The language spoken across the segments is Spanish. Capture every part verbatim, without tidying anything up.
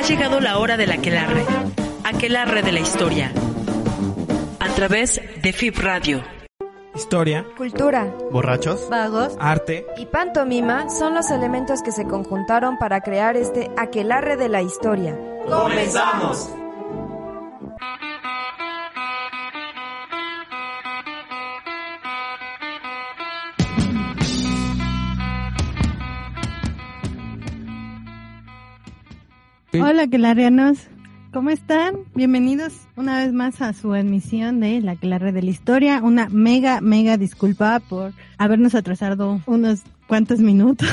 llegado la hora del aquelarre, aquelarre de la historia, a través de F I B Radio. Historia, cultura, borrachos, vagos, arte y pantomima son los elementos que se conjuntaron para crear este aquelarre de la historia. ¡Comenzamos! Hola, aquelarrianos, ¿cómo están? Bienvenidos una vez más a su emisión de La Aquelarre de la Historia. Una mega, mega disculpa por habernos atrasado unos cuantos minutos,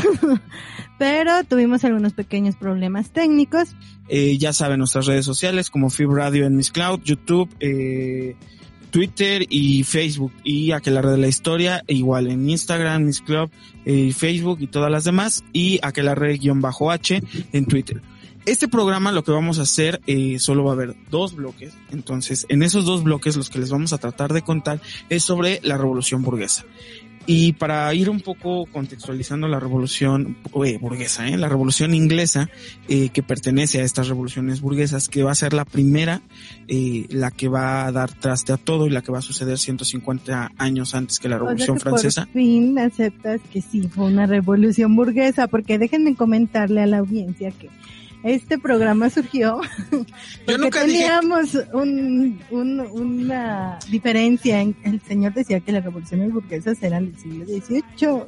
pero tuvimos algunos pequeños problemas técnicos. Eh, ya saben, nuestras redes sociales como F I B Radio en Miss Cloud, YouTube, eh, Twitter y Facebook, y Aquelarre de la Historia igual en Instagram, Miss Club, eh, Facebook y todas las demás, y Aquelarre-H en Twitter. Este programa lo que vamos a hacer, eh, solo va a haber dos bloques, entonces en esos dos bloques los que les vamos a tratar de contar es sobre la Revolución Burguesa. Y para ir un poco contextualizando la revolución eh, burguesa, eh, la revolución inglesa, eh, que pertenece a estas revoluciones burguesas, que va a ser la primera, eh, la que va a dar traste a todo y la que va a suceder ciento cincuenta años antes que la Revolución o sea que Francesa. Por fin aceptas que sí fue una revolución burguesa, porque déjenme comentarle a la audiencia que este programa surgió porque nunca teníamos dije... un, un, una diferencia. En, el señor decía que las revoluciones burguesas eran del siglo dieciocho.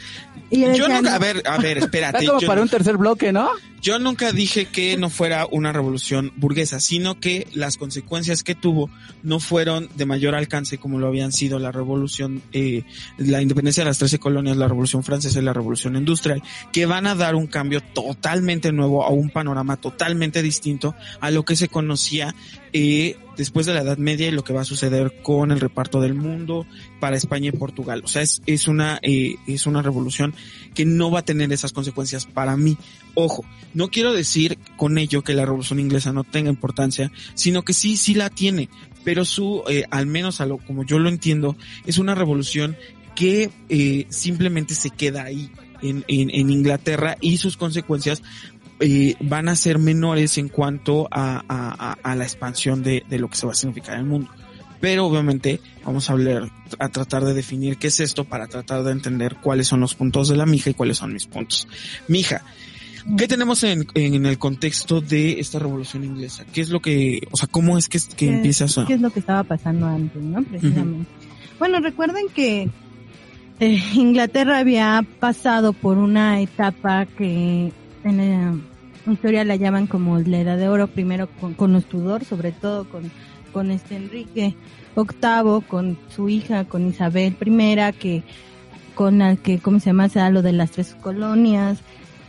Y yo, yo decía, nunca, no. a ver, a ver, espérate. Está como yo, para un tercer bloque, ¿no? Yo nunca dije que no fuera una revolución burguesa, sino que las consecuencias que tuvo no fueron de mayor alcance como lo habían sido la revolución, eh, la independencia de las trece colonias, la revolución francesa y la revolución industrial, que van a dar un cambio totalmente nuevo, a un panorama totalmente distinto a lo que se conocía eh, después de la Edad Media y lo que va a suceder con el reparto del mundo para España y Portugal. O sea, es, es una, eh, es una revolución que no va a tener esas consecuencias para mí. Ojo, no quiero decir con ello que la Revolución Inglesa no tenga importancia, sino que sí, sí la tiene, pero su, eh, al menos a lo como yo lo entiendo, es una revolución que eh, simplemente se queda ahí en, en, en Inglaterra, y sus consecuencias eh, van a ser menores en cuanto a, a, a, a la expansión de, de lo que se va a significar en el mundo. Pero obviamente vamos a hablar, a tratar de definir qué es esto para tratar de entender cuáles son los puntos de la mija y cuáles son mis puntos. Mija, ¿qué tenemos en, en el contexto de esta revolución inglesa? ¿Qué es lo que, o sea, cómo es que, que ¿Qué, empieza eso? ¿Qué es lo que estaba pasando antes, no? Precisamente. Uh-huh. Bueno, recuerden que eh, Inglaterra había pasado por una etapa que en la historia la llaman como la Edad de Oro, primero con, con los Tudor, sobre todo con con este Enrique octavo, con su hija, con Isabel primera, que con la que, ¿cómo se llama? Se da lo de las tres colonias,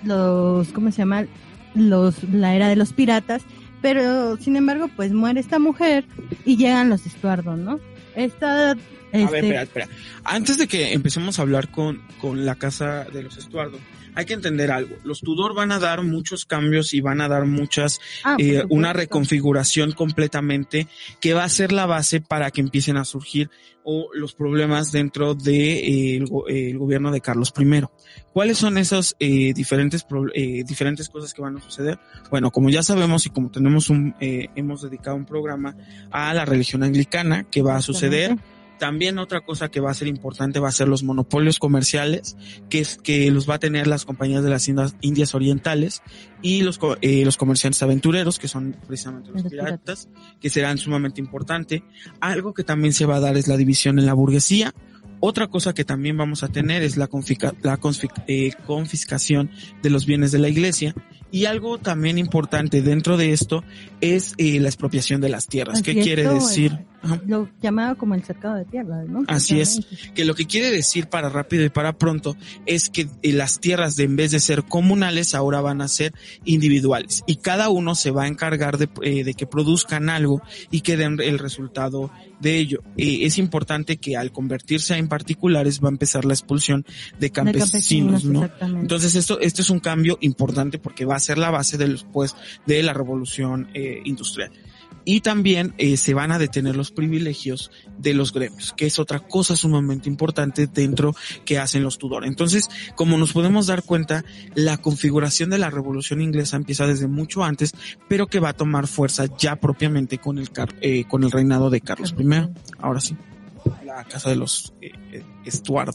los, ¿cómo se llama? Los, la era de los piratas, pero sin embargo, pues muere esta mujer y llegan los Estuardo, ¿no? Esta, este... A ver, espera, espera. Antes de que empecemos a hablar con, con la casa de los Estuardo, hay que entender algo. Los Tudor van a dar muchos cambios y van a dar muchas, ah, eh, una reconfiguración completamente que va a ser la base para que empiecen a surgir o los problemas dentro de eh, el, el gobierno de Carlos primero. ¿Cuáles son esas eh, diferentes eh, diferentes cosas que van a suceder? Bueno, como ya sabemos y como tenemos un eh, hemos dedicado un programa a la religión anglicana, que va a suceder. También otra cosa que va a ser importante va a ser los monopolios comerciales, que es que los va a tener las compañías de las Indias Orientales y los eh, los comerciantes aventureros, que son precisamente los piratas, que serán sumamente importante. Algo que también se va a dar es la división en la burguesía. Otra cosa que también vamos a tener es la, confisca, la confisca, eh, confiscación de los bienes de la iglesia. Y algo también importante dentro de esto es eh, la expropiación de las tierras. ¿Qué quiere decir? Es, lo llamado como el cercado de tierras, ¿no? Así es. Que lo que quiere decir para rápido y para pronto es que eh, las tierras, de en vez de ser comunales, ahora van a ser individuales. Y cada uno se va a encargar de, eh, de que produzcan algo y que den el resultado de ello. Eh, es importante que al convertirse en particulares va a empezar la expulsión de campesinos, de campesinos, ¿no? Entonces esto, esto es un cambio importante porque va a ser la base de, después de la revolución eh, industrial. Y también eh, se van a detener los privilegios de los gremios, que es otra cosa sumamente importante dentro que hacen los Tudor. Entonces, como nos podemos dar cuenta, la configuración de la Revolución Inglesa empieza desde mucho antes, pero que va a tomar fuerza ya propiamente con el car- eh, con el reinado de Carlos primero. Ahora sí, la casa de los eh, eh, Estuardo.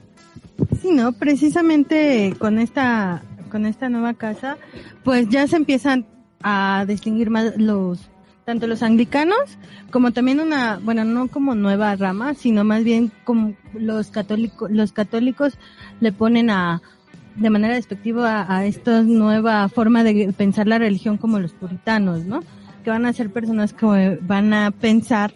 Sí, no, precisamente con esta con esta nueva casa, pues ya se empiezan a distinguir más los tanto los anglicanos como también una, bueno, no como nueva rama, sino más bien como los católicos, los católicos le ponen a de manera despectiva a, a esta nueva forma de pensar la religión como los puritanos, ¿no? Que van a ser personas que van a pensar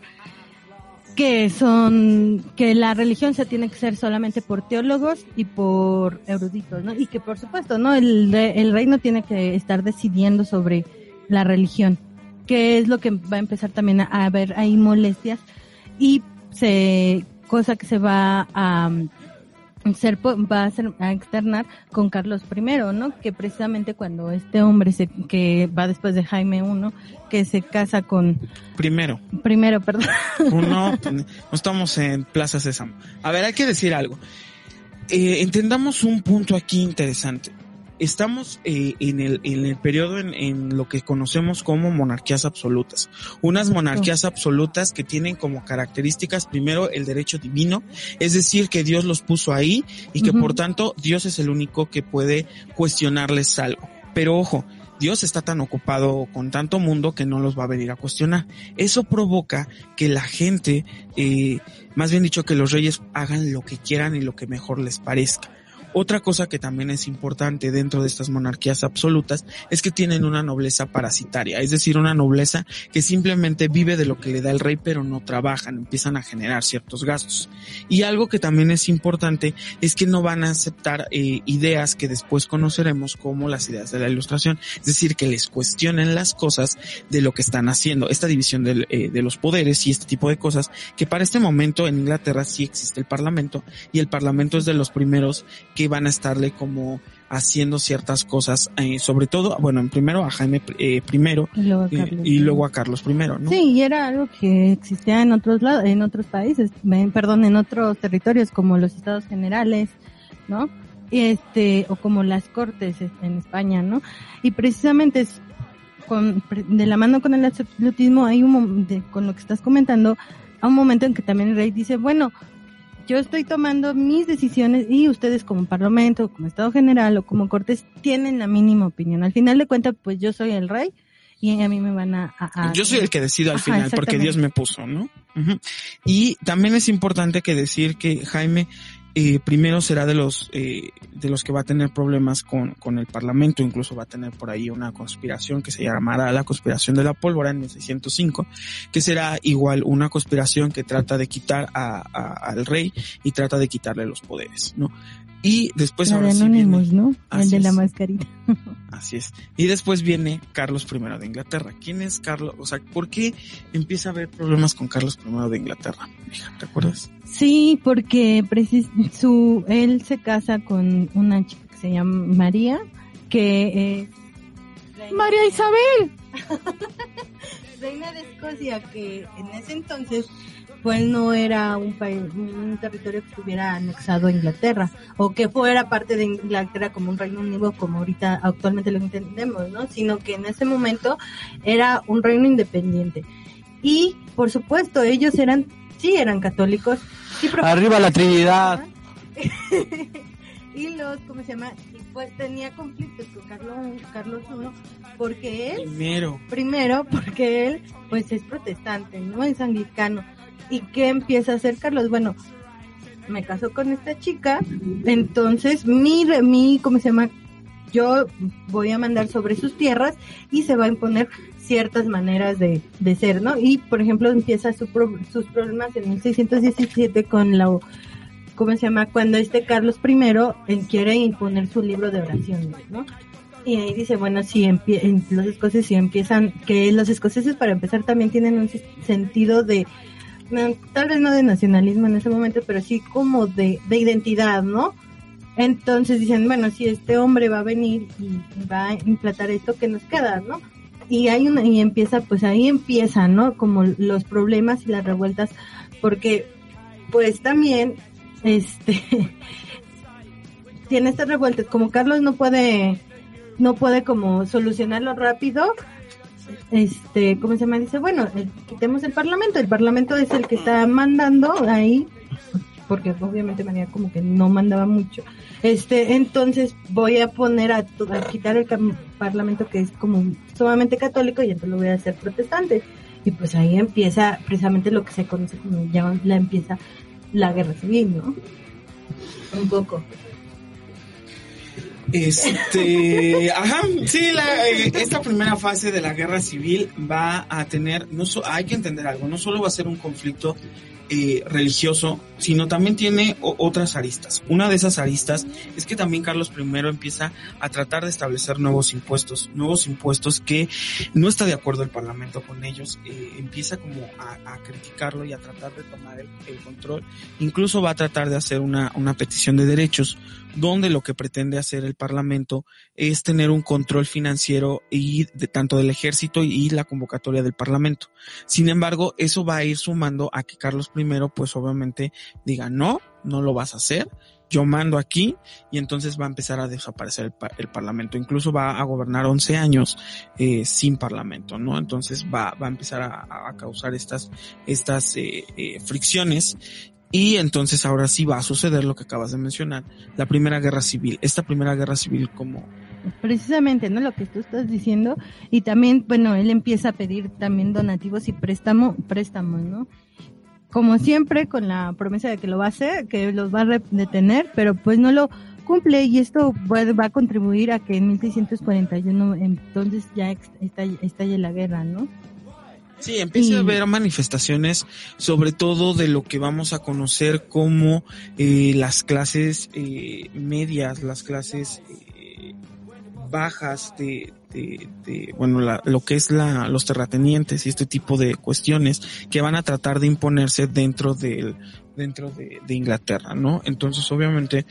que son, que la religión se tiene que ser solamente por teólogos y por eruditos, ¿no? Y que por supuesto, ¿no? El, el rey no tiene que estar decidiendo sobre la religión, que es lo que va a empezar también a, a haber ahí molestias y se, cosa que se va a ser, va a ser, a externar con Carlos primero, ¿no? Que precisamente cuando este hombre se, que va después de Jaime primero, que se casa con Primero. Primero, perdón. Uno, no estamos en Plaza Sésamo. A ver, hay que decir algo. Eh, entendamos un punto aquí interesante. Estamos eh, en el en el periodo en, en lo que conocemos como monarquías absolutas. Unas monarquías absolutas que tienen como características primero el derecho divino, es decir, que Dios los puso ahí y que uh-huh. por tanto Dios es el único que puede cuestionarles algo. Pero ojo, Dios está tan ocupado con tanto mundo que no los va a venir a cuestionar. Eso provoca que la gente, eh, más bien dicho, que los reyes hagan lo que quieran y lo que mejor les parezca. Otra cosa que también es importante dentro de estas monarquías absolutas es que tienen una nobleza parasitaria, es decir, una nobleza que simplemente vive de lo que le da el rey pero no trabajan, empiezan a generar ciertos gastos. Y algo que también es importante es que no van a aceptar eh, ideas que después conoceremos como las ideas de la Ilustración, es decir, que les cuestionen las cosas de lo que están haciendo, esta división de, eh, de los poderes y este tipo de cosas, que para este momento en Inglaterra sí existe el Parlamento y el Parlamento es de los primeros que van a estarle como haciendo ciertas cosas, eh, sobre todo, bueno, en primero a Jaime eh, primero y luego a Carlos, eh, y luego a Carlos primero, ¿no? Sí, y era algo que existía en otros lados, en otros países, eh, perdón, en otros territorios como los Estados Generales, ¿no? Este, o como las Cortes en España, ¿no? Y precisamente es con, de la mano con el absolutismo hay un de, con lo que estás comentando, a un momento en que también el rey dice, bueno, yo estoy tomando mis decisiones y ustedes como Parlamento, como Estado General o como Cortes tienen la mínima opinión. Al final de cuentas, pues yo soy el rey y a mí me van a... a, a... Yo soy el que decido al Ajá, final porque Dios me puso, ¿no? Uh-huh. Y también es importante que decir que Jaime eh, primero será de los eh, de los que va a tener problemas con con el Parlamento, incluso va a tener por ahí una conspiración que se llamará la conspiración de la pólvora en mil seiscientos cinco, que será igual una conspiración que trata de quitar a, a al rey y trata de quitarle los poderes, ¿no? Y después la ahora de sí Anonymous, viene, ¿no? El de la mascarita. Así es. Y después viene Carlos primero de Inglaterra. ¿Quién es Carlos? O sea, ¿por qué empieza a haber problemas con Carlos primero de Inglaterra? ¿Te acuerdas? Sí, porque precis- su él se casa con una chica que se llama María, que es reina María de... Isabel. Reina de Escocia, que en ese entonces pues no era un país, un territorio que estuviera anexado a Inglaterra o que fuera parte de Inglaterra como un reino unido como ahorita actualmente lo entendemos, ¿no? Sino que en ese momento era un reino independiente. Y por supuesto ellos eran, sí eran católicos. Sí, arriba la Trinidad. Y los, ¿cómo se llama? Y pues tenía conflictos con Carlos, Carlos primero, porque él, primero, primero, porque él, pues es protestante, no es anglicano. ¿Y qué empieza a hacer Carlos? Bueno, me caso con esta chica, entonces mi, mi, ¿cómo se llama? Yo voy a mandar sobre sus tierras y se va a imponer ciertas maneras de, de ser, ¿no? Y, por ejemplo, empieza su pro, sus problemas en mil seiscientos diecisiete con la, ¿cómo se llama? Cuando este Carlos primero, él quiere imponer su libro de oraciones, ¿no? Y ahí dice, bueno, si empie- en los escoceses si empiezan, que los escoceses para empezar también tienen un sentido de, no, tal vez no de nacionalismo en ese momento, pero sí como de, de identidad, ¿no? Entonces dicen, bueno, si este hombre va a venir y va a implantar esto, ¿qué nos queda, no? y hay una, y empieza, pues ahí empiezan, ¿no? Como los problemas y las revueltas, porque pues también, este, tiene estas revueltas, como Carlos no puede, no puede como solucionarlo rápido, este, ¿cómo se llama? Dice, bueno, el, quitemos el parlamento, el parlamento es el que está mandando ahí, porque obviamente María como que no mandaba mucho, este, entonces voy a poner a, a quitar el cam- parlamento que es como sumamente católico y entonces lo voy a hacer protestante, y pues ahí empieza precisamente lo que se conoce como ya la empieza la guerra civil, ¿no? Un poco. Este, ajá, sí, la, eh, esta primera fase de la guerra civil va a tener, no so, hay que entender algo, no solo va a ser un conflicto eh, religioso, sino también tiene o, otras aristas. Una de esas aristas es que también Carlos primero empieza a tratar de establecer nuevos impuestos, nuevos impuestos que no está de acuerdo el Parlamento con ellos, eh, empieza como a, a criticarlo y a tratar de tomar el, el control, incluso va a tratar de hacer una, una petición de derechos, donde lo que pretende hacer el Parlamento es tener un control financiero y de tanto del ejército y la convocatoria del Parlamento. Sin embargo, eso va a ir sumando a que Carlos primero, pues obviamente diga no, no lo vas a hacer, yo mando aquí, y entonces va a empezar a desaparecer el, el Parlamento. Incluso va a gobernar once años eh, sin Parlamento, ¿no? Entonces va, va a empezar a, a causar estas, estas eh, eh, fricciones. Y entonces ahora sí va a suceder lo que acabas de mencionar, la primera guerra civil. Esta primera guerra civil como... Precisamente, ¿no? Lo que tú estás diciendo. Y también, bueno, él empieza a pedir también donativos y préstamo, préstamos, ¿no? Como siempre, con la promesa de que lo va a hacer, que los va a detener, pero pues no lo cumple, y esto va a contribuir a que en mil seiscientos cuarenta y uno entonces ya estalle, estalle la guerra, ¿no? Sí, empieza y... a haber manifestaciones, sobre todo de lo que vamos a conocer como eh, las clases eh, medias, las clases eh, bajas de, de, de bueno, la, lo que es la, los terratenientes y este tipo de cuestiones que van a tratar de imponerse dentro del, dentro de, de Inglaterra, ¿no? Entonces, obviamente,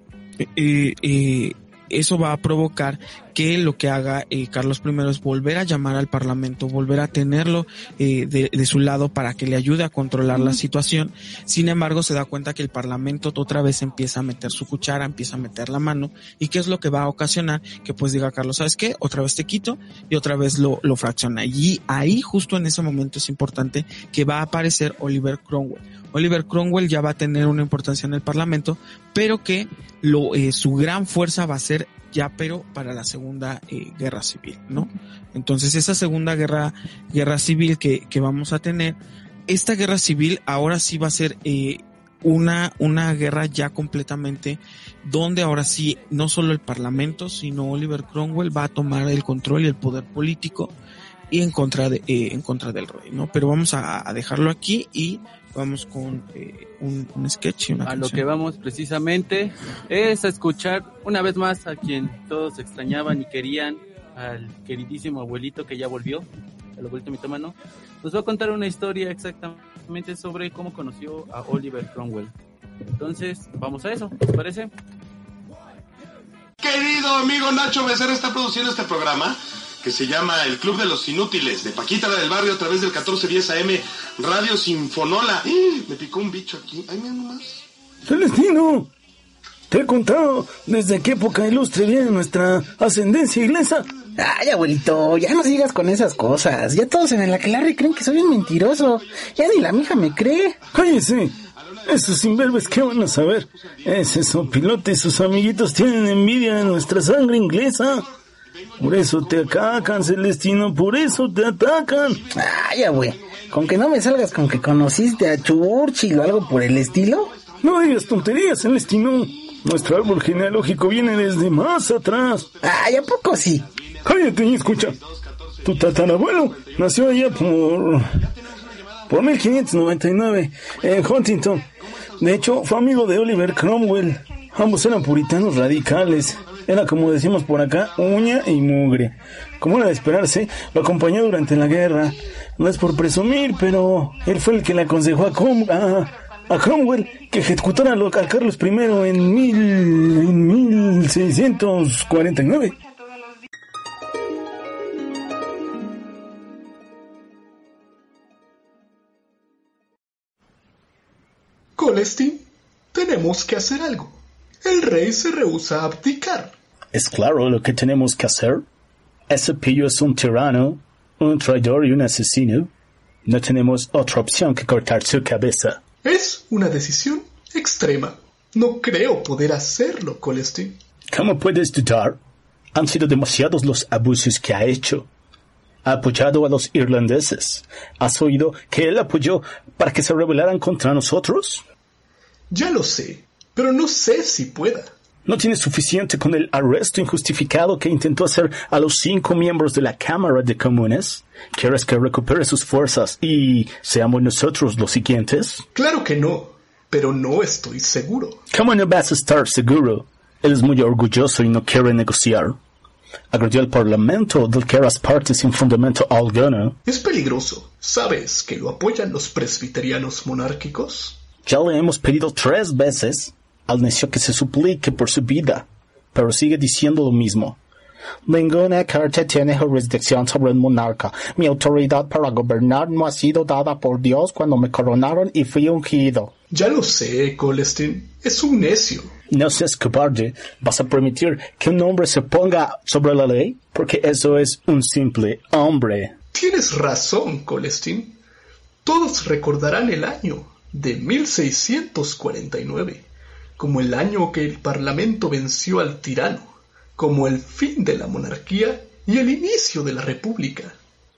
eh, eh, eso va a provocar que lo que haga eh, Carlos primero es volver a llamar al Parlamento, volver a tenerlo eh, de, de su lado para que le ayude a controlar la situación. Sin embargo, se da cuenta que el Parlamento otra vez empieza a meter su cuchara, empieza a meter la mano, y qué es lo que va a ocasionar que pues diga Carlos, ¿sabes qué? Otra vez te quito, y otra vez lo, lo fracciona. Y ahí justo en ese momento es importante que va a aparecer Oliver Cromwell. Oliver Cromwell ya va a tener una importancia en el Parlamento, pero que lo eh, su gran fuerza va a ser ya pero para la segunda eh, guerra civil, ¿no? Entonces esa segunda guerra guerra civil que, que vamos a tener, esta guerra civil ahora sí va a ser eh, una una guerra ya completamente donde ahora sí no solo el Parlamento, sino Oliver Cromwell va a tomar el control y el poder político y en contra de eh, en contra del rey, ¿no? Pero vamos a, a dejarlo aquí y vamos con eh, un, un sketch y una a canción. Lo que vamos precisamente es a escuchar una vez más a quien todos extrañaban y querían, al queridísimo abuelito que ya volvió, el abuelito mitómano. Nos va a contar una historia exactamente sobre cómo conoció a Oliver Cromwell. Entonces, vamos a eso, ¿les parece? Querido amigo Nacho Becerra está produciendo este programa que se llama El Club de los Inútiles, de Paquita la del Barrio, a través del catorce diez A M, Radio Sinfonola. ¡Eh! Me picó un bicho aquí. ¡Ay, mira nomás! Celestino, ¿te he contado desde qué época ilustre viene nuestra ascendencia inglesa? Ay, abuelito, ya no sigas con esas cosas. Ya todos en el aquelarre creen que soy un mentiroso. Ya ni la mija me cree. Cállese. Esos imberbes, ¿qué van a saber? Ese sopilote y sus amiguitos tienen envidia de nuestra sangre inglesa. Por eso te atacan, Celestino, por eso te atacan. Ay, güey, con que no me salgas con que conociste a Churchill o algo por el estilo. No digas tonterías, Celestino. Nuestro árbol genealógico viene desde más atrás. Ay, ¿a poco sí? Cállate y escucha. Tu tatarabuelo nació allá por... por mil quinientos noventa y nueve en Huntington. De hecho, fue amigo de Oliver Cromwell. Ambos eran puritanos radicales. Era, como decimos por acá, uña y mugre. Como era de esperarse, lo acompañó durante la guerra. No es por presumir, pero él fue el que le aconsejó a, Com- a, a Cromwell que ejecutara a, lo, a Carlos primero en, mil, en mil seiscientos cuarenta y nueve. Colestin, tenemos que hacer algo. El rey se rehúsa a abdicar. Es claro lo que tenemos que hacer. Ese pillo es un tirano, un traidor y un asesino. No tenemos otra opción que cortar su cabeza. Es una decisión extrema. No creo poder hacerlo, Colestin. ¿Cómo puedes dudar? Han sido demasiados los abusos que ha hecho. Ha apoyado a los irlandeses. ¿Has oído que él apoyó para que se rebelaran contra nosotros? Ya lo sé, pero no sé si pueda. ¿No tienes suficiente con el arresto injustificado que intentó hacer a los cinco miembros de la Cámara de Comunes? ¿Quieres que recupere sus fuerzas y seamos nosotros los siguientes? Claro que no, pero no estoy seguro. ¿Cómo no vas a estar seguro? Él es muy orgulloso y no quiere negociar. Agredió al Parlamento del que eras parte sin fundamento alguno. Es peligroso. ¿Sabes que lo apoyan los presbiterianos monárquicos? Ya le hemos pedido tres veces al necio que se suplique por su vida, pero sigue diciendo lo mismo. Ninguna corte tiene jurisdicción sobre el monarca. Mi autoridad para gobernar no ha sido dada por Dios cuando me coronaron y fui ungido. Ya lo sé, Colestin. Es un necio. No seas cobarde. ¿Vas a permitir que un hombre se ponga sobre la ley? Porque eso es un simple hombre. Tienes razón, Colestin. Todos recordarán el año de mil seiscientos cuarenta y nueve como el año que el Parlamento venció al tirano, como el fin de la monarquía y el inicio de la república.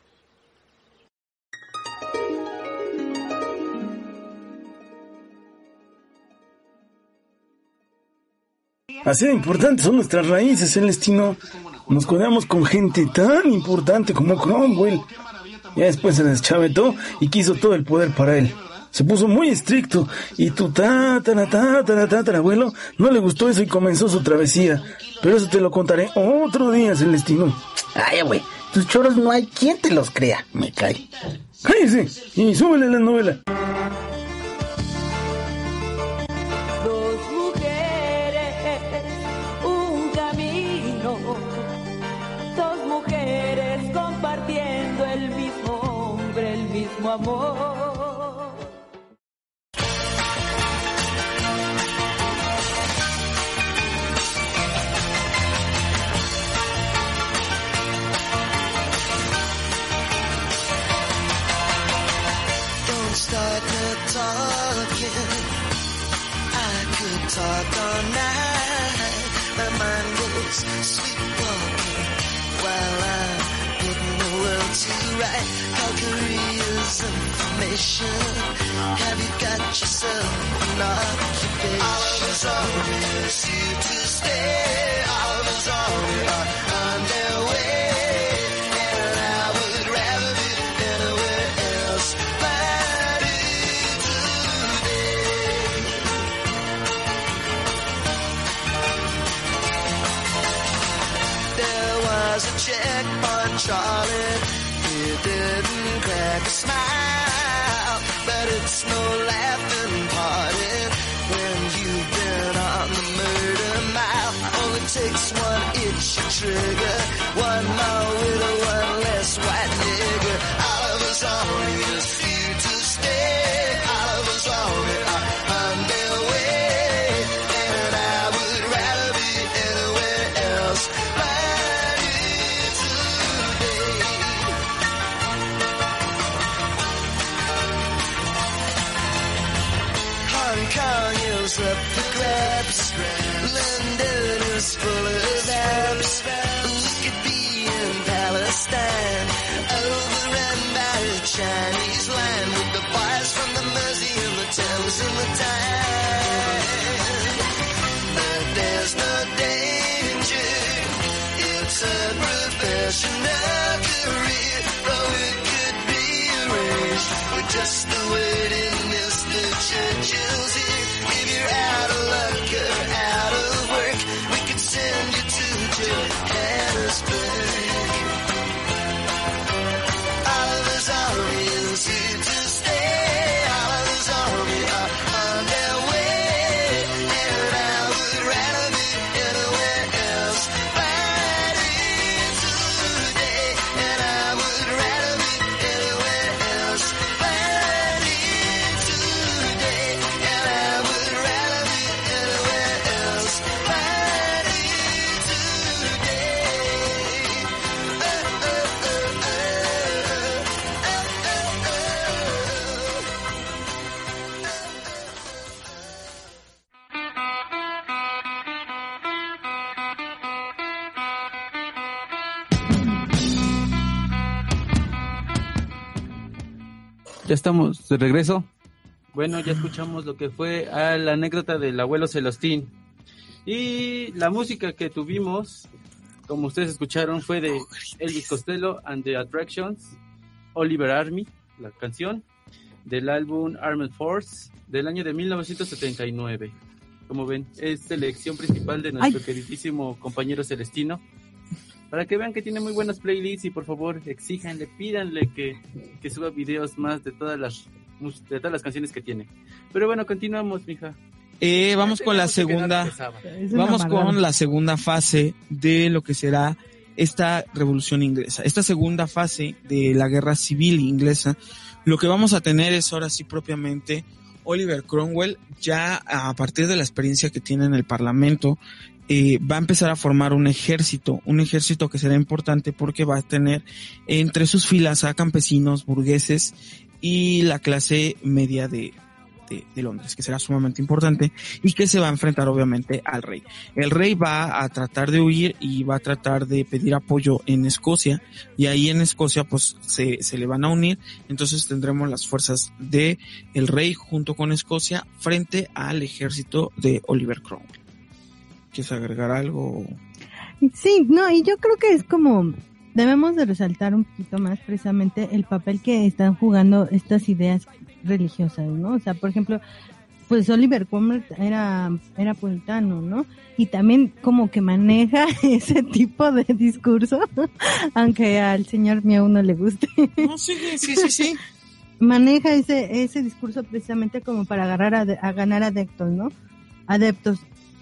Así de importantes son nuestras raíces, Celestino. Nos codeamos con gente tan importante como Cromwell. Ya después se deschavetó y quiso todo el poder para él. Se puso muy estricto y tu tatara, tatara, tatara, abuelo no le gustó eso y comenzó su travesía. Pero eso te lo contaré otro día, Celestino. Ay, güey, tus choros no hay quien te los crea. Me cae. Cállese y súbele la novela. Dos mujeres, un camino. Dos mujeres compartiendo el mismo hombre, el mismo amor. Start the talking. I could talk all night. My mind goes sleepwalking while I'm putting the world to right. Calgary's information. Have you got yourself an occupation? Oliver's always here to stay. Oliver's always on their way, and I would rather be anywhere else. A checkpoint, Charlie, he didn't crack a smile, but it's no laughing party when you've been on the murder mile. Only takes one itchy trigger, one more widow, one less white nigger. Oliver's always here to stay. Oliver's always on their way, and I would rather be anywhere else. Kong is up for grabs. London is full of apps. We could be in Palestine, overrun by the Chinese line, with the boys from the Mersey and the Thames and the Tyne. But there's no danger. It's a professional career. Oh, it could be arranged. We're just the waiting list. Churchill's here. If you're out of luck or out of work, we could send you to Johannesburg. Oliver's Army is here to stay. Oliver's Army are on their way, and I would rather be anywhere else. Fighting today, and I would rather be anywhere else. Fighting today, and I Ya estamos de regreso. Bueno, ya escuchamos lo que fue a la anécdota del abuelo Celestín. Y la música que tuvimos, como ustedes escucharon, fue de Elvis Costello and the Attractions, Oliver Army, la canción, del álbum Armed Force, del año de mil novecientos setenta y nueve. Como ven, es selección principal de nuestro Ay. queridísimo compañero Celestino. Para que vean que tiene muy buenas playlists y por favor exíjanle, pídanle que, que suba videos más de todas las de todas las canciones que tiene. Pero bueno, continuamos, mija. Eh, vamos con la segunda, vamos con la segunda fase de lo que será esta revolución inglesa. Esta segunda fase de la guerra civil inglesa, lo que vamos a tener es ahora sí propiamente Oliver Cromwell, ya a partir de la experiencia que tiene en el Parlamento, Eh, va a empezar a formar un ejército, un ejército que será importante porque va a tener entre sus filas a campesinos, burgueses y la clase media de, de, de Londres, que será sumamente importante y que se va a enfrentar obviamente al rey. El rey va a tratar de huir y va a tratar de pedir apoyo en Escocia, y ahí en Escocia pues se, se le van a unir. Entonces tendremos las fuerzas de el rey junto con Escocia frente al ejército de Oliver Cromwell. ¿Quieres agregar algo? Sí, no, y yo creo que es como, debemos de resaltar un poquito más precisamente el papel que están jugando estas ideas religiosas, ¿no? O sea, por ejemplo, pues Oliver Cromwell era, era puritano, ¿no? Y también como que maneja ese tipo de discurso, aunque al señor Miau no le guste. No, sí, sí, sí, sí. Maneja ese, ese discurso precisamente como para agarrar a, a ganar adeptos, ¿no? Adeptos.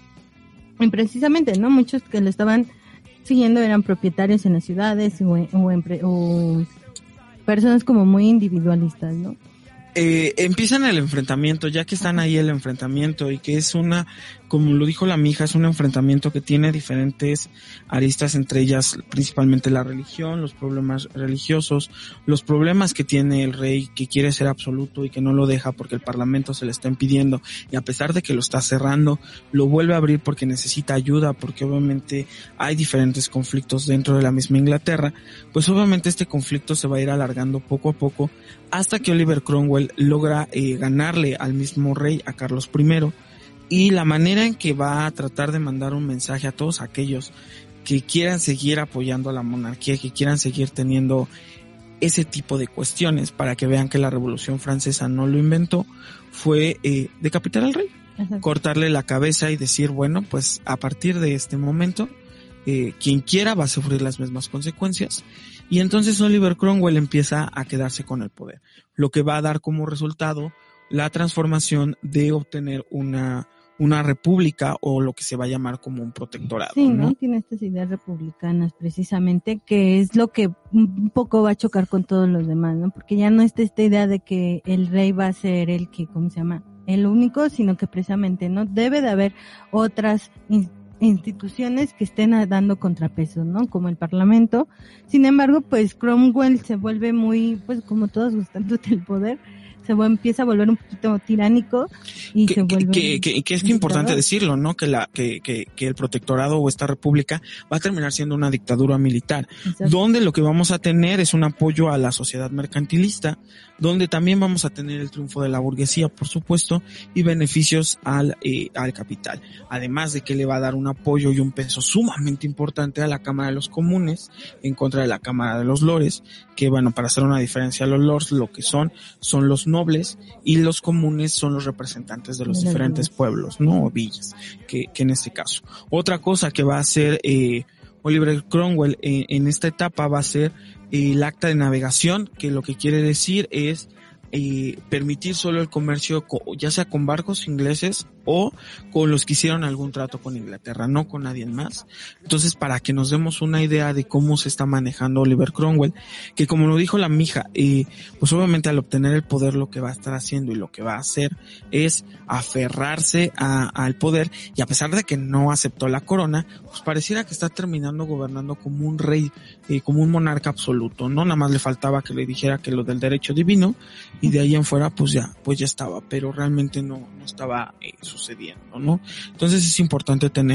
Y precisamente, ¿no? Muchos que lo estaban siguiendo eran propietarios en las ciudades o, o, empre- o personas como muy individualistas, ¿no? Eh, empiezan el enfrentamiento, ya que están ahí el enfrentamiento y que es una, como lo dijo la mija, es un enfrentamiento que tiene diferentes aristas, entre ellas principalmente la religión, los problemas religiosos, los problemas que tiene el rey, que quiere ser absoluto y que no lo deja porque el parlamento se le está impidiendo, y a pesar de que lo está cerrando, lo vuelve a abrir porque necesita ayuda, porque obviamente hay diferentes conflictos dentro de la misma Inglaterra. Pues obviamente este conflicto se va a ir alargando poco a poco hasta que Oliver Cromwell logra eh, ganarle al mismo rey, a Carlos primero, y la manera en que va a tratar de mandar un mensaje a todos aquellos que quieran seguir apoyando a la monarquía, que quieran seguir teniendo ese tipo de cuestiones para que vean que la Revolución Francesa no lo inventó, fue eh, decapitar al rey, Ajá. cortarle la cabeza y decir, bueno, pues a partir de este momento, eh, quien quiera va a sufrir las mismas consecuencias. Y entonces Oliver Cromwell empieza a quedarse con el poder, lo que va a dar como resultado la transformación de obtener una una república o lo que se va a llamar como un protectorado. Sí, ¿no? ¿no? Tiene estas ideas republicanas precisamente, que es lo que un poco va a chocar con todos los demás, ¿no? Porque ya no está esta idea de que el rey va a ser el que, ¿cómo se llama? El único, sino que precisamente no debe de haber otras instituciones que estén dando contrapesos, ¿no? Como el Parlamento. Sin embargo, pues Cromwell se vuelve muy, pues como todos gustando del poder, se vuelve, empieza a volver un poquito tiránico y que, se vuelve... Que, que, que es que importante decirlo, ¿no? Que la que, que, que el protectorado o esta república va a terminar siendo una dictadura militar, Exacto. donde lo que vamos a tener es un apoyo a la sociedad mercantilista, donde también vamos a tener el triunfo de la burguesía, por supuesto, y beneficios al, eh, al capital. Además de que le va a dar un apoyo y un peso sumamente importante a la Cámara de los Comunes en contra de la Cámara de los Lores, que bueno, para hacer una diferencia, los lords lo que son, son los nobles, y los comunes son los representantes de los diferentes pueblos, ¿no? O villas, que, que en este caso. Otra cosa que va a hacer eh, Oliver Cromwell eh, en esta etapa va a ser eh, el acta de navegación, que lo que quiere decir es eh, permitir solo el comercio, ya sea con barcos ingleses o con los que hicieron algún trato con Inglaterra, no con nadie más. Entonces, para que nos demos una idea de cómo se está manejando Oliver Cromwell, que como lo dijo la mija, eh, pues obviamente al obtener el poder lo que va a estar haciendo y lo que va a hacer es aferrarse a, al poder, y a pesar de que no aceptó la corona, pues pareciera que está terminando gobernando como un rey, eh, como un monarca absoluto, ¿no? Nada más le faltaba que le dijera que lo del derecho divino, y de ahí en fuera pues ya, pues ya estaba, pero realmente no, no estaba eh, sucediendo, ¿no? Entonces es importante tener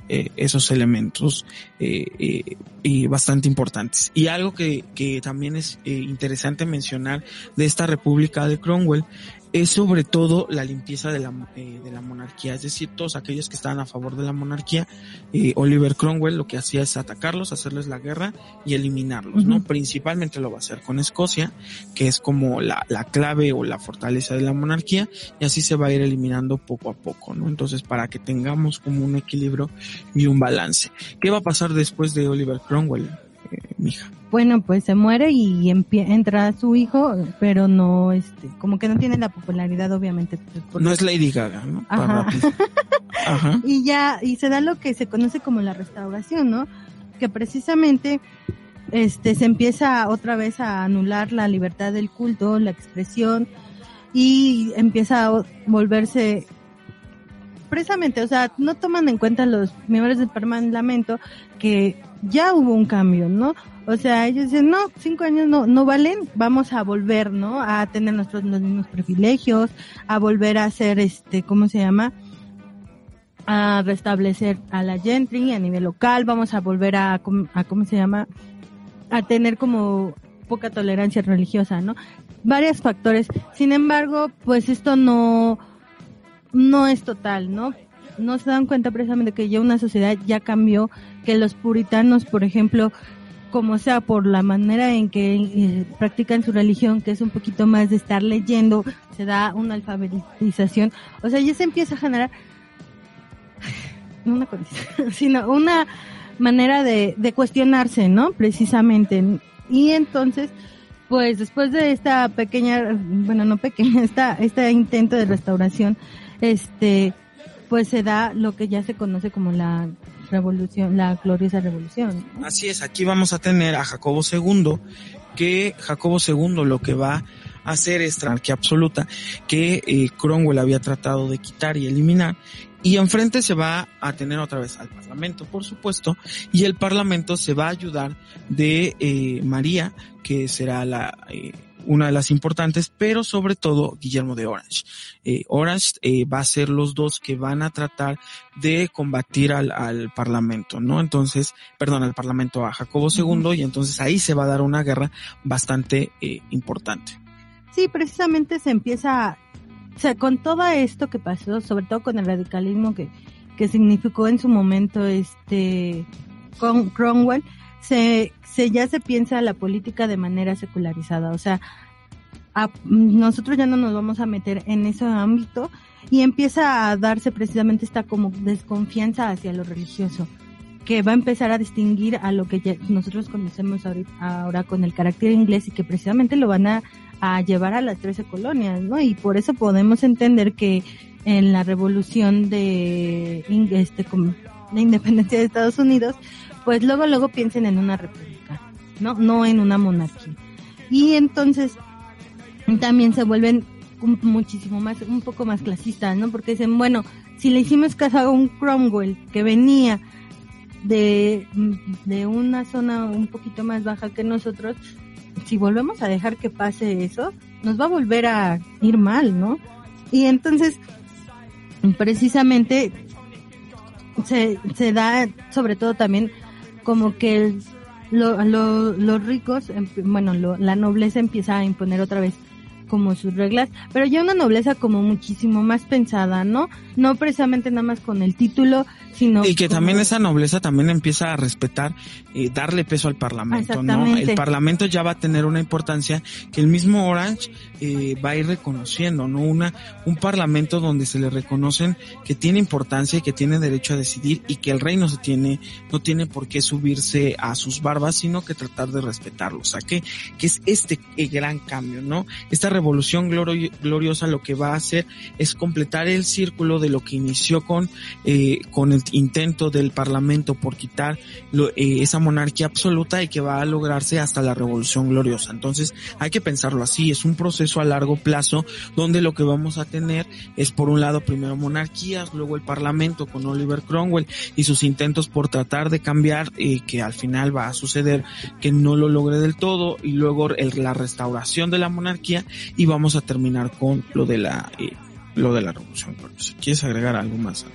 eh, esos elementos eh, eh, eh, bastante importantes. Y algo que, que también es eh, interesante mencionar de esta República de Cromwell es sobre todo la limpieza de la eh, de la monarquía, es decir, todos aquellos que estaban a favor de la monarquía, eh, Oliver Cromwell lo que hacía es atacarlos, hacerles la guerra y eliminarlos, uh-huh. ¿no? Principalmente lo va a hacer con Escocia, que es como la, la clave o la fortaleza de la monarquía, y así se va a ir eliminando poco a poco, ¿no? Entonces, para que tengamos como un equilibrio y un balance. ¿Qué va a pasar después de Oliver Cromwell, eh, mija? Bueno, pues se muere y empie- entra su hijo, pero no, este, como que no tiene la popularidad, obviamente. Porque... No es Lady Gaga, ¿no? Ajá. Ajá. Y ya, y se da lo que se conoce como la restauración, ¿no? Que precisamente, este, se empieza otra vez a anular la libertad del culto, la expresión, y empieza a volverse, precisamente, o sea, no toman en cuenta los miembros del Parlamento que ya hubo un cambio, ¿no? O sea, ellos dicen, no, cinco años no no valen, vamos a volver, ¿no? A tener nuestros los mismos privilegios, a volver a hacer, este, ¿cómo se llama? A restablecer a la gentry a nivel local, vamos a volver a, a ¿cómo se llama? A tener como poca tolerancia religiosa, ¿no? Varios factores. Sin embargo, pues esto no, no es total, ¿no? No se dan cuenta precisamente que ya una sociedad ya cambió, que los puritanos, por ejemplo, como sea por la manera en que eh, practican su religión, que es un poquito más de estar leyendo, se da una alfabetización, o sea, ya se empieza a generar no una condición, sino una manera de, de cuestionarse, ¿no? Precisamente. Y entonces, pues después de esta pequeña, bueno, no pequeña, esta, este intento de restauración, este, pues se da lo que ya se conoce como la revolución, la gloriosa revolución, ¿no? Así es, aquí vamos a tener a Jacobo segundo, que Jacobo segundo lo que va a hacer es monarquía absoluta, que eh, Cromwell había tratado de quitar y eliminar, y enfrente se va a tener otra vez al Parlamento, por supuesto, y el Parlamento se va a ayudar de eh, María, que será la eh, una de las importantes, pero sobre todo Guillermo de Orange. Eh, Orange eh, va a ser los dos que van a tratar de combatir al, al Parlamento, ¿no? Entonces, perdón, al Parlamento, a Jacobo segundo, uh-huh. Y entonces ahí se va a dar una guerra bastante eh, importante. Sí, precisamente se empieza, o sea, con todo esto que pasó, sobre todo con el radicalismo que, que significó en su momento este con Cromwell, se, se ya se piensa la política de manera secularizada, o sea, a, nosotros ya no nos vamos a meter en ese ámbito y empieza a darse precisamente esta como desconfianza hacia lo religioso, que va a empezar a distinguir a lo que ya nosotros conocemos ahorita, ahora con el carácter inglés, y que precisamente lo van a, a llevar a las trece colonias, ¿no? Y por eso podemos entender que en la revolución de este como la independencia de Estados Unidos, pues luego luego piensen en una república, no no en una monarquía. Y entonces también se vuelven un, muchísimo más, un poco más clasistas, ¿no? Porque dicen, bueno, si le hicimos caso a un Cromwell que venía de, de una zona un poquito más baja que nosotros, si volvemos a dejar que pase eso, nos va a volver a ir mal, ¿no? Y entonces, precisamente, se, se da sobre todo también como que el, lo, lo, los ricos, bueno, lo, la nobleza empieza a imponer otra vez como sus reglas, pero ya una nobleza como muchísimo más pensada, ¿no? No precisamente nada más con el título, sino... Y que como... también esa nobleza también empieza a respetar, eh, darle peso al Parlamento, ¿no? El Parlamento ya va a tener una importancia que el mismo Orange eh, va a ir reconociendo, ¿no? Una, un Parlamento donde se le reconocen que tiene importancia y que tiene derecho a decidir, y que el rey no se tiene, no tiene por qué subirse a sus barbas, sino que tratar de respetarlo. O sea, que, que es este eh, gran cambio, ¿no? Esta revolución glori- gloriosa lo que va a hacer es completar el círculo de lo que inició con eh, con el intento del Parlamento por quitar lo, eh, esa monarquía absoluta, y que va a lograrse hasta la revolución gloriosa. Entonces hay que pensarlo así, es un proceso a largo plazo donde lo que vamos a tener es, por un lado, primero monarquías, luego el Parlamento con Oliver Cromwell y sus intentos por tratar de cambiar, eh, que al final va a suceder que no lo logre del todo, y luego el, la restauración de la monarquía, y vamos a terminar con lo de la eh, lo de la revolución gloriosa. ¿Quieres agregar algo más antes?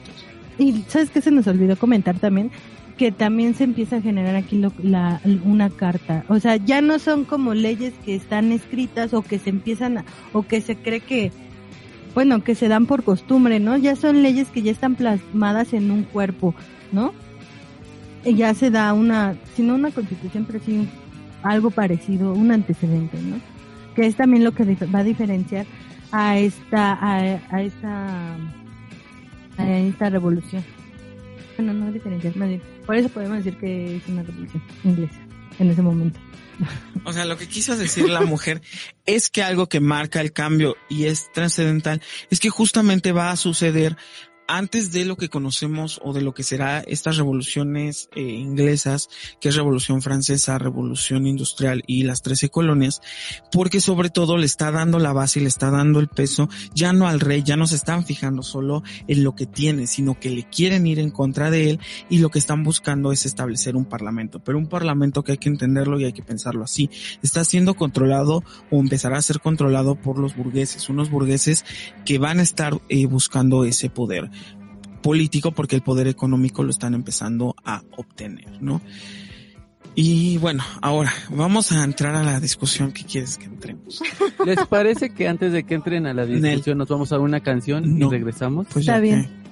y ¿sabes qué se nos olvidó comentar también? Que también se empieza a generar aquí lo, la, una carta. O sea, ya no son como leyes que están escritas o que se empiezan a, o que se cree que, bueno, que se dan por costumbre, ¿no? Ya son leyes que ya están plasmadas en un cuerpo, ¿no? Y ya se da una, si no una constitución, pero sí algo parecido, un antecedente, ¿no? Que es también lo que va a diferenciar a esta, a, a esta, a esta revolución. Bueno, no diferenciar, más bien. Por eso podemos decir que es una revolución inglesa en ese momento. O sea, lo que quiso decir la mujer es que algo que marca el cambio y es trascendental es que justamente va a suceder antes de lo que conocemos o de lo que será estas revoluciones eh, inglesas, que es Revolución Francesa, Revolución Industrial y las trece colonias, porque sobre todo le está dando la base y le está dando el peso ya no al rey, ya no se están fijando solo en lo que tiene, sino que le quieren ir en contra de él y lo que están buscando es establecer un parlamento, pero un parlamento que hay que entenderlo y hay que pensarlo así, está siendo controlado o empezará a ser controlado por los burgueses, unos burgueses que van a estar eh, buscando ese poder político porque el poder económico lo están empezando a obtener, ¿no? Y bueno, ahora vamos a entrar a la discusión que quieres que entremos. ¿Les parece que antes de que entren a la discusión nos vamos a una canción no. y regresamos? Pues está ya bien. que...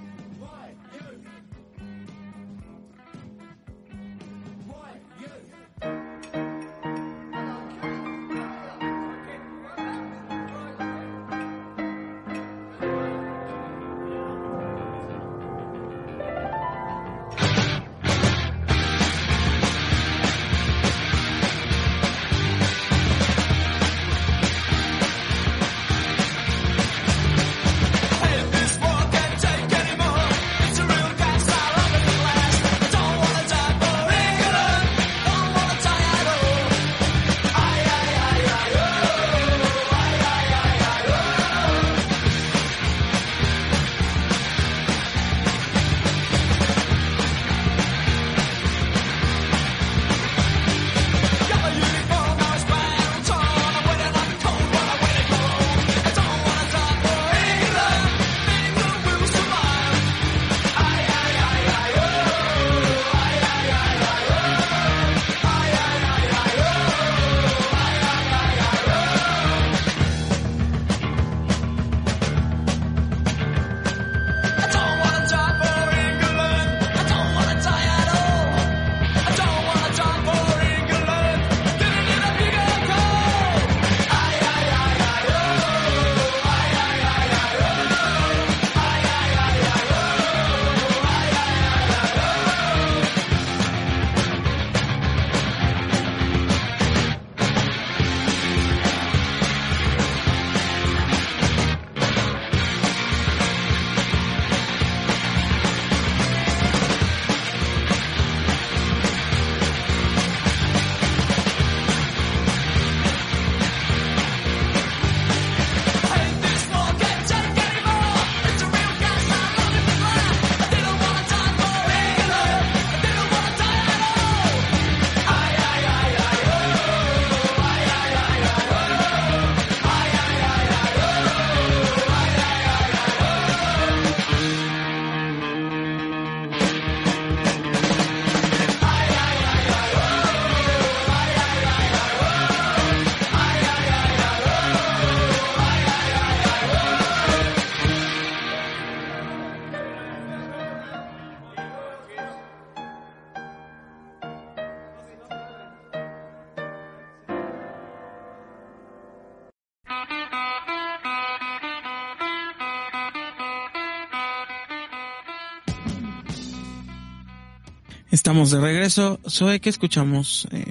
Estamos de regreso. Zoe, ¿qué escuchamos? Eh...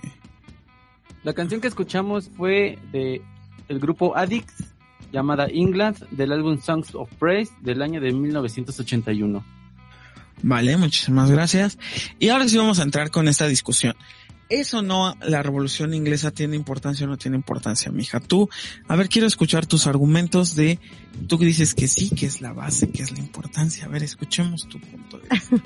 La canción que escuchamos fue de el grupo Addicts, llamada England, del álbum Songs of Praise del año de mil novecientos ochenta y uno. Vale, muchísimas gracias. Y ahora sí vamos a entrar con esta discusión. ¿Es o no la Revolución Inglesa tiene importancia o no tiene importancia, mija? Tú, a ver, quiero escuchar tus argumentos de, tú que dices que sí, que es la base, que es la importancia. A ver, escuchemos tu punto de vista.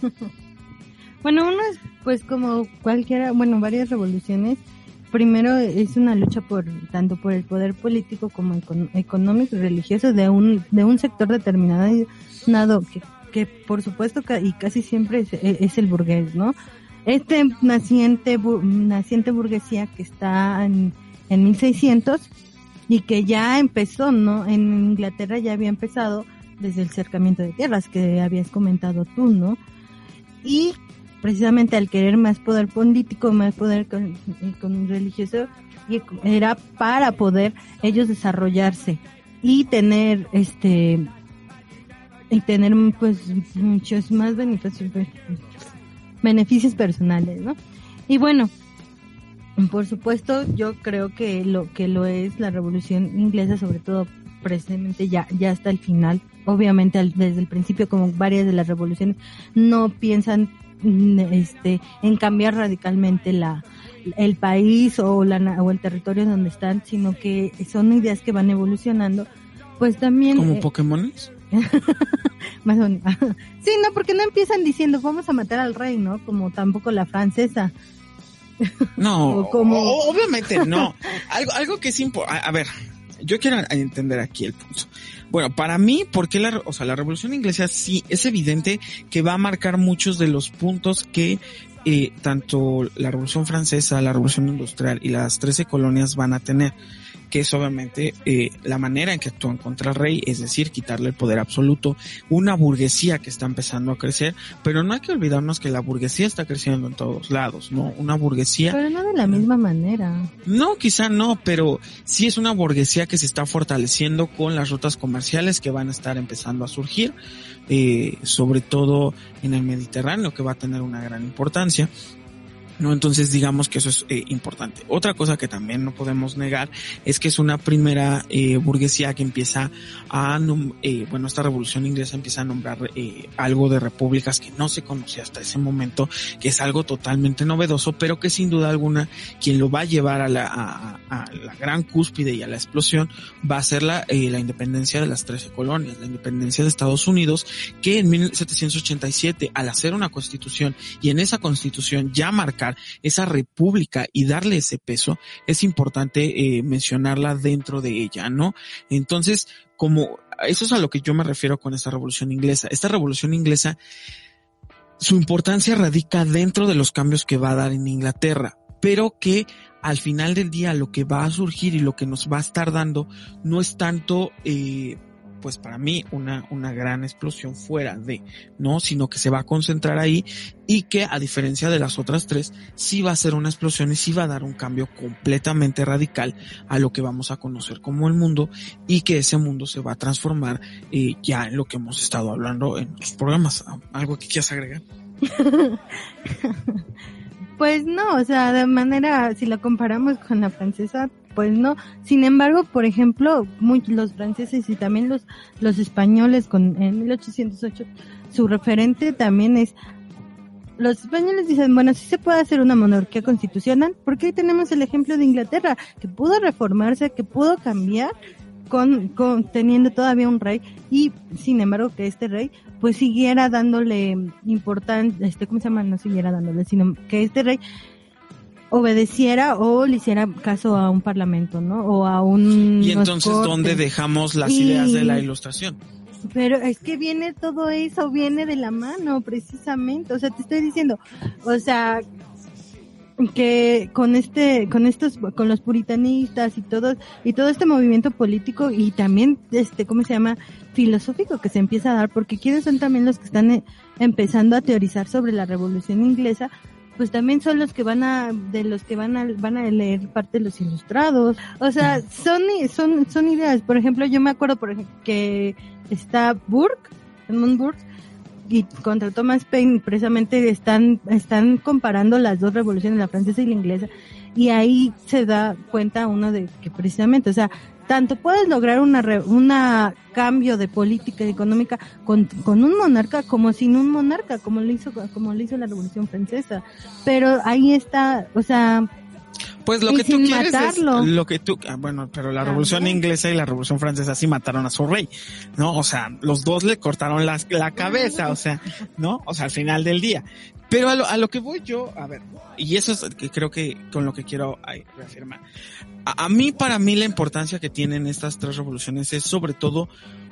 Bueno, uno es, pues, como cualquiera, bueno, varias revoluciones. Primero es una lucha por, tanto por el poder político como econ- económico y religioso de un, de un sector determinado, que que por supuesto que, y casi siempre es, es el burgués, ¿no? Este naciente, bu, naciente burguesía que está en, en mil seiscientos y que ya empezó, ¿no? En Inglaterra ya había empezado desde el cercamiento de tierras que habías comentado tú, ¿no? Y precisamente al querer más poder político, más poder con, con religioso, y era para poder ellos desarrollarse y tener este y tener pues muchos más beneficios beneficios personales, ¿no? Y bueno, por supuesto, yo creo que lo que lo es la Revolución Inglesa, sobre todo precisamente ya ya hasta el final, obviamente al, desde el principio, como varias de las revoluciones, no piensan este en cambiar radicalmente la el país o la o el territorio donde están, sino que son ideas que van evolucionando, pues también como eh, Pokémones. Más o menos. Sí, no, porque no empiezan diciendo vamos a matar al rey, ¿no? Como tampoco la francesa. No, como... obviamente no. Algo, algo que es importante. A ver, yo quiero entender aquí el punto. Bueno, para mí, porque la, o sea, la Revolución Inglesa sí es evidente que va a marcar muchos de los puntos que eh, tanto la Revolución Francesa, la Revolución Industrial y las trece colonias van a tener, que es obviamente eh, la manera en que actúan contra el rey, es decir, quitarle el poder absoluto, una burguesía que está empezando a crecer, pero no hay que olvidarnos que la burguesía está creciendo en todos lados, ¿no? Una burguesía... Pero no de la misma manera. No, quizá no, pero sí es una burguesía que se está fortaleciendo con las rutas comerciales que van a estar empezando a surgir, eh, sobre todo en el Mediterráneo, que va a tener una gran importancia. ¿No? Entonces digamos que eso es eh, importante. Otra cosa que también no podemos negar es que es una primera eh, burguesía que empieza a, eh, bueno, esta Revolución Inglesa empieza a nombrar eh, algo de repúblicas que no se conocía hasta ese momento, que es algo totalmente novedoso, pero que sin duda alguna quien lo va a llevar a la, a, a la gran cúspide y a la explosión va a ser la, eh, la independencia de las trece colonias, la independencia de Estados Unidos, que en mil setecientos ochenta y siete, al hacer una constitución y en esa constitución ya marcar esa república y darle ese peso, es importante eh, mencionarla dentro de ella, ¿no? Entonces, como eso es a lo que yo me refiero con esta Revolución Inglesa. Esta Revolución Inglesa, su importancia radica dentro de los cambios que va a dar en Inglaterra, pero que al final del día lo que va a surgir y lo que nos va a estar dando no es tanto eh, pues para mí una una gran explosión fuera de, ¿no? Sino que se va a concentrar ahí y que a diferencia de las otras tres sí va a ser una explosión y sí va a dar un cambio completamente radical a lo que vamos a conocer como el mundo, y que ese mundo se va a transformar eh, ya en lo que hemos estado hablando en los programas. ¿Algo que quieras agregar? Pues no, o sea, de manera, si la comparamos con la francesa, pues no. Sin embargo, por ejemplo, muy, los franceses y también los los españoles con en mil ochocientos ocho, su referente también es, los españoles dicen, bueno, sí se puede hacer una monarquía constitucional, porque ahí tenemos el ejemplo de Inglaterra, que pudo reformarse, que pudo cambiar con, con teniendo todavía un rey, y sin embargo que este rey pues siguiera dándole importancia, este, ¿cómo se llama? No siguiera dándole, sino que este rey obedeciera o le hiciera caso a un parlamento, ¿no? O a un... Y entonces, cortes. ¿Dónde dejamos las y... ideas de la Ilustración? Pero es que viene todo eso, viene de la mano, precisamente. O sea, te estoy diciendo, o sea, que con este, con estos, con los puritanistas y todo, y todo este movimiento político y también, este, ¿cómo se llama? Filosófico que se empieza a dar, porque quienes son también los que están eh, empezando a teorizar sobre la Revolución Inglesa, pues también son los que van a, de los que van a, van a leer parte de los ilustrados. O sea, son, son, son ideas. Por ejemplo, yo me acuerdo, por ejemplo, que está Burke, Edmund Burke, y contra Thomas Paine, precisamente están, están comparando las dos revoluciones, la francesa y la inglesa, y ahí se da cuenta uno de que precisamente, o sea, tanto puedes lograr una re, una cambio de política económica con, con un monarca como sin un monarca, como lo hizo, como lo hizo la Revolución Francesa. Pero ahí está, o sea, pues lo que tú quieres matarlo. Es lo que tú, bueno, pero la Revolución Inglesa y la Revolución Francesa sí mataron a su rey, ¿no? O sea, los dos le cortaron la, la cabeza, o sea, ¿no? O sea, al final del día. Pero a lo, a lo que voy yo, a ver, y eso es que creo que con lo que quiero ay, reafirmar. A, a mí, para mí, la importancia que tienen estas tres revoluciones es sobre todo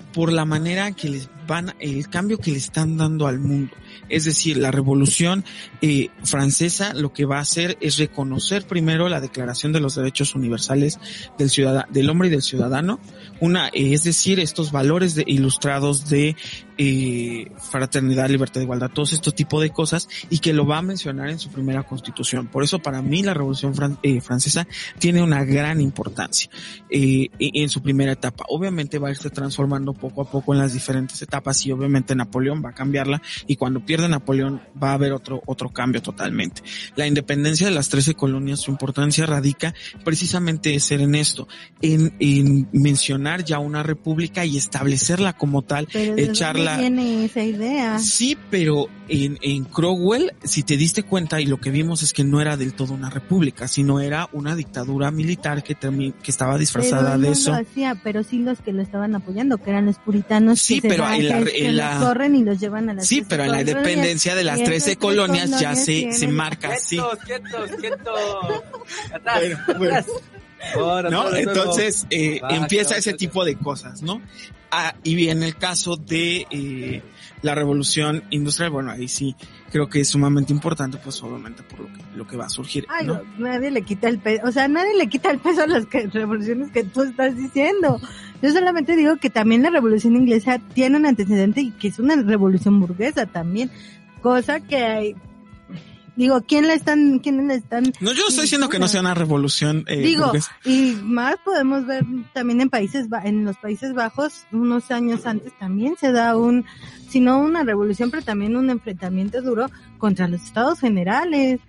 por la manera que les van, el cambio que le están dando al mundo. Es decir, la Revolución eh, Francesa lo que va a hacer es reconocer primero la Declaración de los Derechos Universales del ciudadano, del hombre y del ciudadano, una, eh, es decir, estos valores de, ilustrados de eh, fraternidad, libertad, igualdad, todos estos tipos de cosas, y que lo va a mencionar en su primera Constitución. Por eso, para mí, la Revolución Fran- eh, Francesa tiene una gran importancia eh, en su primera etapa. Obviamente va a irse transformando poco a poco en las diferentes etapas, y obviamente Napoleón va a cambiarla, y cuando pierde Napoleón va a haber otro otro cambio totalmente. La independencia de las trece colonias, su importancia radica precisamente en ser en esto, en, en mencionar ya una república y establecerla como tal, pero ¿de echarla... dónde viene esa idea? Sí, pero en, en Cromwell, si te diste cuenta, y lo que vimos es que no era del todo una república, sino era una dictadura militar que, termi- que estaba disfrazada pero de no eso. Lo hacía, pero sí los que lo estaban apoyando, que eran los puritanos, Sí, que pero se en la- que en la- los corren y los llevan a las Sí, trece pero en la colonias, independencia de las y trece esas colonias ya colonias se, tienen- se marca así. Quietos, quietos, quietos. Atrás, Bueno, bueno. atrás. Ahora, ¿No? todo, todo. Entonces eh, Baja, empieza baja, ese baja. tipo de cosas, ¿no? Ah, y en el caso de eh, la revolución industrial, bueno, ahí sí creo que es sumamente importante, pues obviamente por lo que, lo que va a surgir, Ay, ¿no? nadie le quita el peso, o sea, nadie le quita el peso a las que, revoluciones que tú estás diciendo. Yo solamente digo que también la revolución inglesa tiene un antecedente y que es una revolución burguesa también, cosa que hay, digo, ¿quién le están, quién le están? No, yo no estoy diciendo que no sea una revolución eh, Digo, burguesa. y más podemos ver también en países, Ba- en los Países Bajos, unos años antes también se da un, si no una revolución, pero también un enfrentamiento duro contra los estados generales.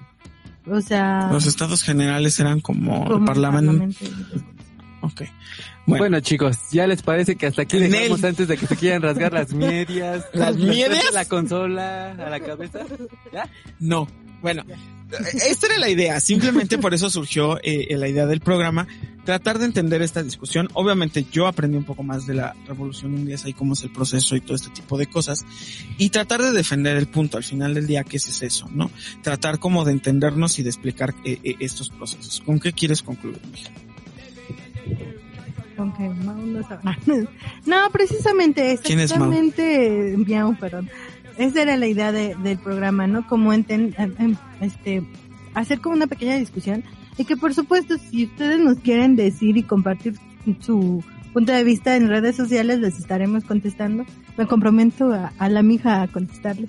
O sea, Los estados generales eran como, como el parlamento. parlamento. Ok. Bueno. Bueno, chicos, ¿ya les parece que hasta aquí Nel. dejamos antes de que se quieran rasgar las medias? ¿Las meterse medias? la consola a la cabeza? ¿Ya? no. Bueno, esta era la idea. Simplemente por eso surgió eh, la idea del programa. Tratar de entender esta discusión. Obviamente yo aprendí un poco más de la revolución inglesa y cómo es el proceso y todo este tipo de cosas. Y tratar de defender el punto al final del día, que ese es eso, ¿no? Tratar como de entendernos y de explicar eh, eh, estos procesos. ¿Con qué quieres concluir, mija? Aunque Mau no sabe. No, precisamente, ¿Quién es Mau? exactamente, Miau, perdón. Esa era la idea de, del programa, ¿no? Como enten, em, este, hacer como una pequeña discusión y que por supuesto si ustedes nos quieren decir y compartir su punto de vista en redes sociales les estaremos contestando. Me comprometo a, a la mija a contestarles.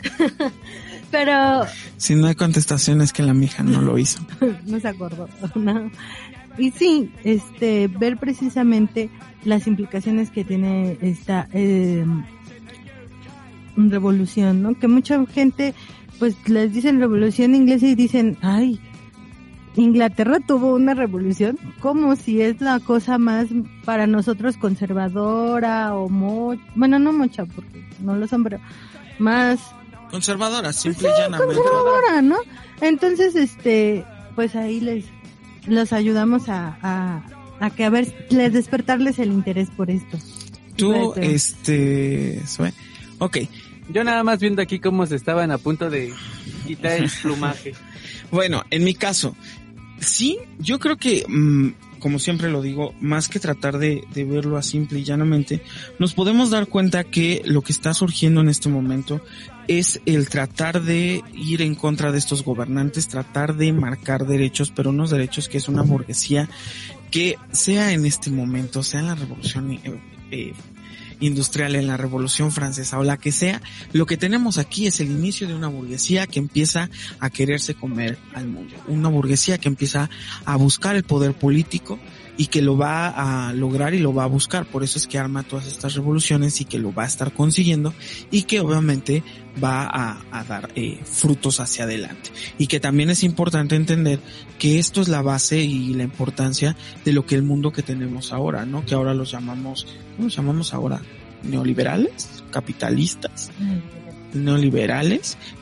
Pero Si no hay contestaciones, que la mija no lo hizo. no se acordó, no. Y sí, este, ver precisamente las implicaciones que tiene esta eh, revolución, ¿no? Que mucha gente, pues, les dicen revolución inglesa y dicen, ay, Inglaterra tuvo una revolución, como si es la cosa más para nosotros conservadora o mo, bueno, no mucha, porque no lo son, pero más Conservadora, simple y sí, llanamente. conservadora, ¿no? Entonces, este, pues ahí les los ayudamos a, a, a que a ver, les despertarles el interés por esto. Tú, Este, este, Sue, ok. Yo nada más viendo aquí cómo se estaban a punto de quitar el plumaje. Bueno, en mi caso, sí, yo creo que, mmm, como siempre lo digo, más que tratar de, de verlo a simple y llanamente, nos podemos dar cuenta que lo que está surgiendo en este momento es el tratar de ir en contra de estos gobernantes, tratar de marcar derechos, pero unos derechos que es una burguesía que sea en este momento, sea en la revolución eh, eh, industrial, en la revolución francesa o la que sea, lo que tenemos aquí es el inicio de una burguesía que empieza a quererse comer al mundo, una burguesía que empieza a buscar el poder político y que lo va a lograr y lo va a buscar. Por eso es que arma todas estas revoluciones y que lo va a estar consiguiendo y que obviamente va a, a dar eh, frutos hacia adelante. Y que también es importante entender que esto es la base y la importancia de lo que el mundo que tenemos ahora, ¿no? Que ahora los llamamos, ¿cómo los llamamos ahora? ¿Neoliberales? ¿Capitalistas? neoliberales,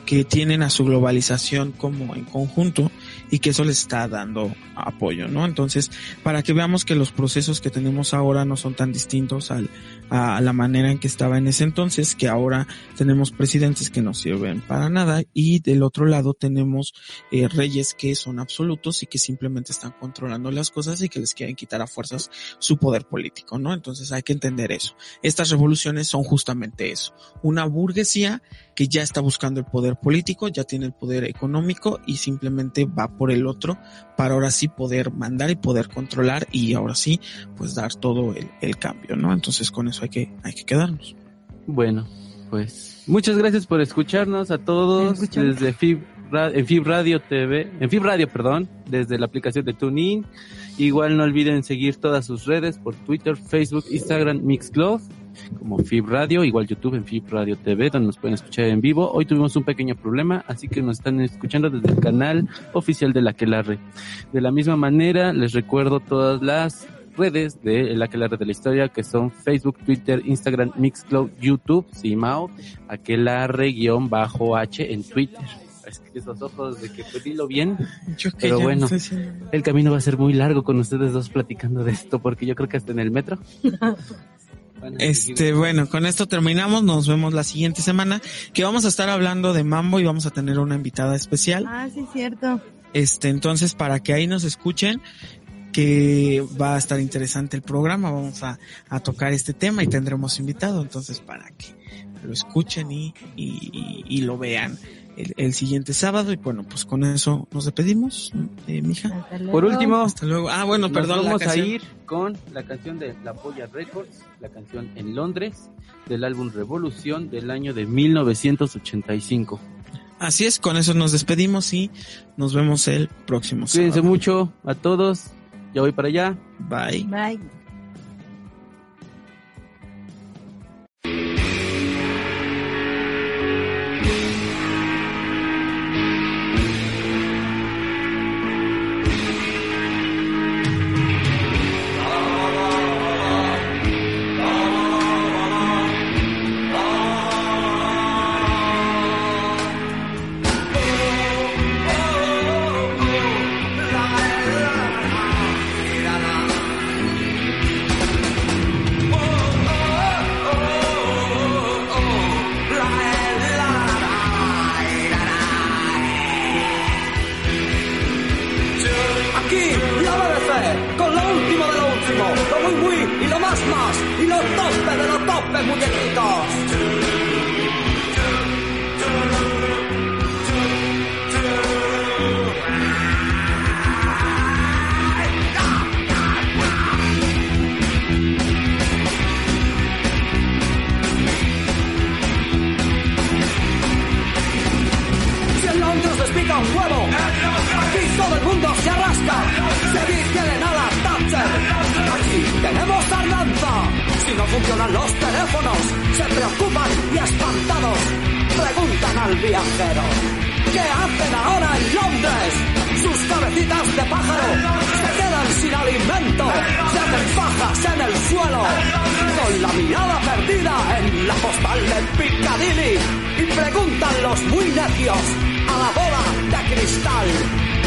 que tienen a su globalización como en conjunto y que eso les está dando apoyo, ¿no? Entonces, para que veamos que los procesos que tenemos ahora no son tan distintos al, a la manera en que estaba en ese entonces, que ahora tenemos presidentes que no sirven para nada y del otro lado tenemos eh, reyes que son absolutos y que simplemente están controlando las cosas y que les quieren quitar a fuerzas su poder político, ¿no? Entonces hay que entender eso. Estas revoluciones son justamente eso, una burguesía que ya está buscando el poder político, ya tiene el poder económico y simplemente va por el otro para ahora sí poder mandar y poder controlar y ahora sí pues dar todo el, el cambio, ¿no? Entonces con eso hay que hay que quedarnos. Bueno, pues muchas gracias por escucharnos a todos desde F I B, en F I B Radio T V, en F I B Radio, perdón, desde la aplicación de TuneIn. Igual no olviden seguir todas sus redes por Twitter, Facebook, Instagram, Mixcloud, como F I B Radio, igual YouTube en F I B Radio T V, donde nos pueden escuchar en vivo. Hoy tuvimos un pequeño problema, así que nos están escuchando desde el canal oficial de La Aquelarre. De la misma manera, les recuerdo todas las redes de La Aquelarre de la Historia, que son Facebook, Twitter, Instagram, Mixcloud, YouTube, Simao, Aquelarre-H en Twitter. Es que esos ojos de que pues dilo bien, yo que pero bueno, no si... el camino va a ser muy largo con ustedes dos platicando de esto, porque yo creo que hasta en el metro. Este, bueno, con esto terminamos, nos vemos la siguiente semana, que vamos a estar hablando de mambo y vamos a tener una invitada especial. Ah, sí, cierto. Este, entonces, para que ahí nos escuchen, que va a estar interesante el programa, vamos a, a tocar este tema y tendremos invitado, entonces para que lo escuchen y, y, y lo vean el, el siguiente sábado. Y bueno, pues con eso nos despedimos, eh, mija. Por último, hasta luego. Ah, bueno, perdón. Nos vamos la a ir con la canción de La Polla Records, la canción En Londres, del álbum Revolución del año de mil novecientos ochenta y cinco. Así es, con eso nos despedimos y nos vemos el próximo sábado. Cuídense mucho a todos. Ya voy para allá. Bye. Bye. Y preguntan los muy necios a la bola de cristal.